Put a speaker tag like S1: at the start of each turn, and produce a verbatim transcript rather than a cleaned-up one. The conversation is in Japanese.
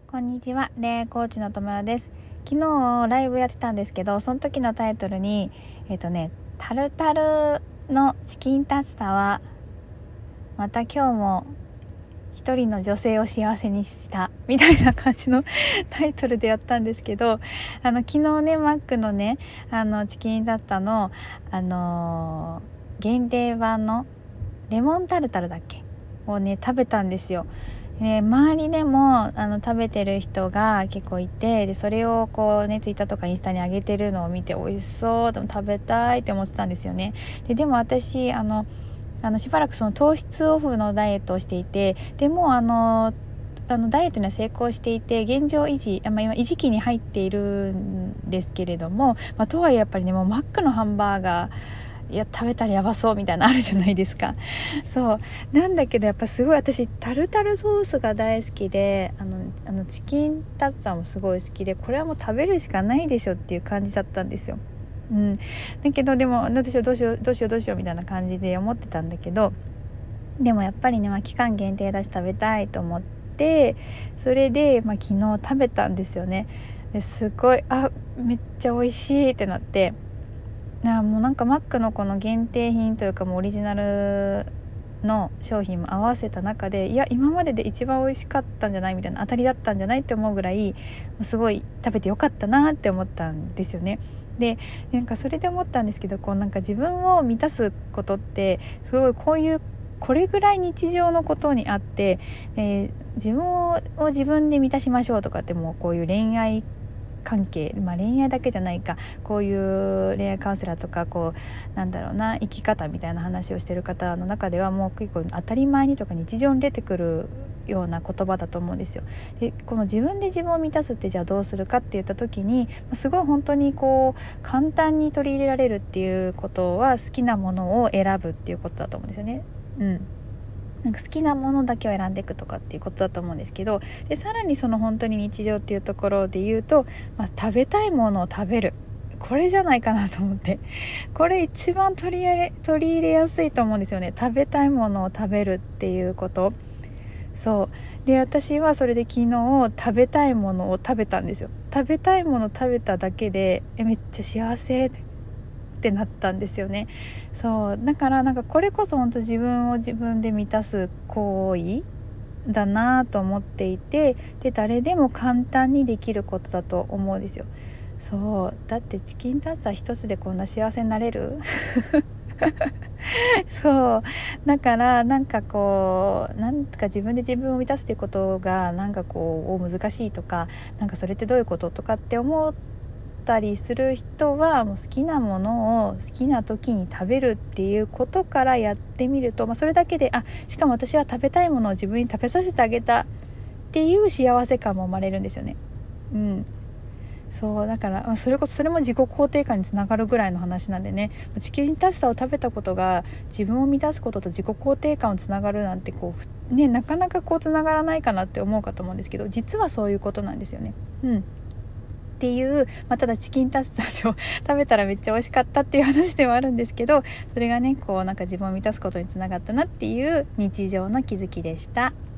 S1: こんにちは、恋愛コーチの友よです。昨日ライブやってたんですけど、その時のタイトルにえっ、とねタルタルのチキンタツタはまた今日も一人の女性を幸せにしたみたいな感じのタイトルでやったんですけど、あの昨日ねマックのねあのチキンタツタのあのー、限定版のレモンタルタルだっけをね食べたんですよ。ね、周りでもあの食べてる人が結構いて、でそれをこうねツイッターとかインスタに上げてるのを見て美味しそうでも食べたいって思ってたんですよね。ででも私あのあのしばらくその糖質オフのダイエットをしていて、でもあのあのダイエットには成功していて現状維持、まあ、今維持期に入っているんですけれども、まあ、とはいえやっぱりねもうマックのハンバーガーいや食べたらやばそうみたいなのあるじゃないですか。そうなんだけどやっぱすごい私タルタルソースが大好きで、あのあのチキンタツタもすごい好きで、これはもう食べるしかないでしょっていう感じだったんですよ。うん、だけどでもどうしようどうしようどうしようどうしようみたいな感じで思ってたんだけど、でもやっぱりね、まあ、期間限定だし食べたいと思って、それで、まあ、昨日食べたんですよね。ですごいあめっちゃ美味しいってなって、なもうなんかマックのこの限定品というかもうオリジナルの商品も合わせた中で、いや今までで一番美味しかったんじゃないみたいな、当たりだったんじゃないって思うぐらいすごい食べてよかったなって思ったんですよね。でなんかそれで思ったんですけど、こうなんか自分を満たすことってすごいこういうこれぐらい日常のことにあって、えー、自分を自分で満たしましょうとかってもうこういう恋愛関係、まあ、恋愛だけじゃないか、こういう恋愛カウンセラーとかこうなんだろうな生き方みたいな話をしてる方の中ではもう結構当たり前にとか日常に出てくるような言葉だと思うんですよ。でこの自分で自分を満たすってじゃあどうするかって言った時にすごい本当にこう簡単に取り入れられるっていうことは好きなものを選ぶっていうことだと思うんですよね。うんなんか好きなものだけを選んでいくとかっていうことだと思うんですけど、でさらにその本当に日常っていうところで言うと、まあ、食べたいものを食べる、これじゃないかなと思って、これ一番取り入れ、取り入れやすいと思うんですよね。食べたいものを食べるっていうこと。そうで私はそれで昨日食べたいものを食べたんですよ。食べたいものを食べただけでえめっちゃ幸せってってなったんですよね。そうだからなんかこれこそ本当自分を自分で満たす行為だなと思っていて、で誰でも簡単にできることだと思うんですよ。そうだってチキンタツタ一つでこんな幸せになれるそうだからなんかこうなんか自分で自分を満たすっていうことがなんかこう難しいとか、なんかそれってどういうこととかって思ったりする人はもう好きなものを好きな時に食べるっていうことからやってみると、まあ、それだけであしかも私は食べたいものを自分に食べさせてあげたっていう幸せ感も生まれるんですよね。うんそうだからそれこそそれも自己肯定感につながるぐらいの話なんでね、チキンタツタを食べたことが自分を満たすことと自己肯定感をつながるなんてこうねなかなかこうつながらないかなって思うかと思うんですけど、実はそういうことなんですよね。うんっていう、まあ、ただチキンタツタを食べたらめっちゃ美味しかったっていう話ではあるんですけど、それがねこうなんか自分を満たすことにつながったなっていう日常の気づきでした。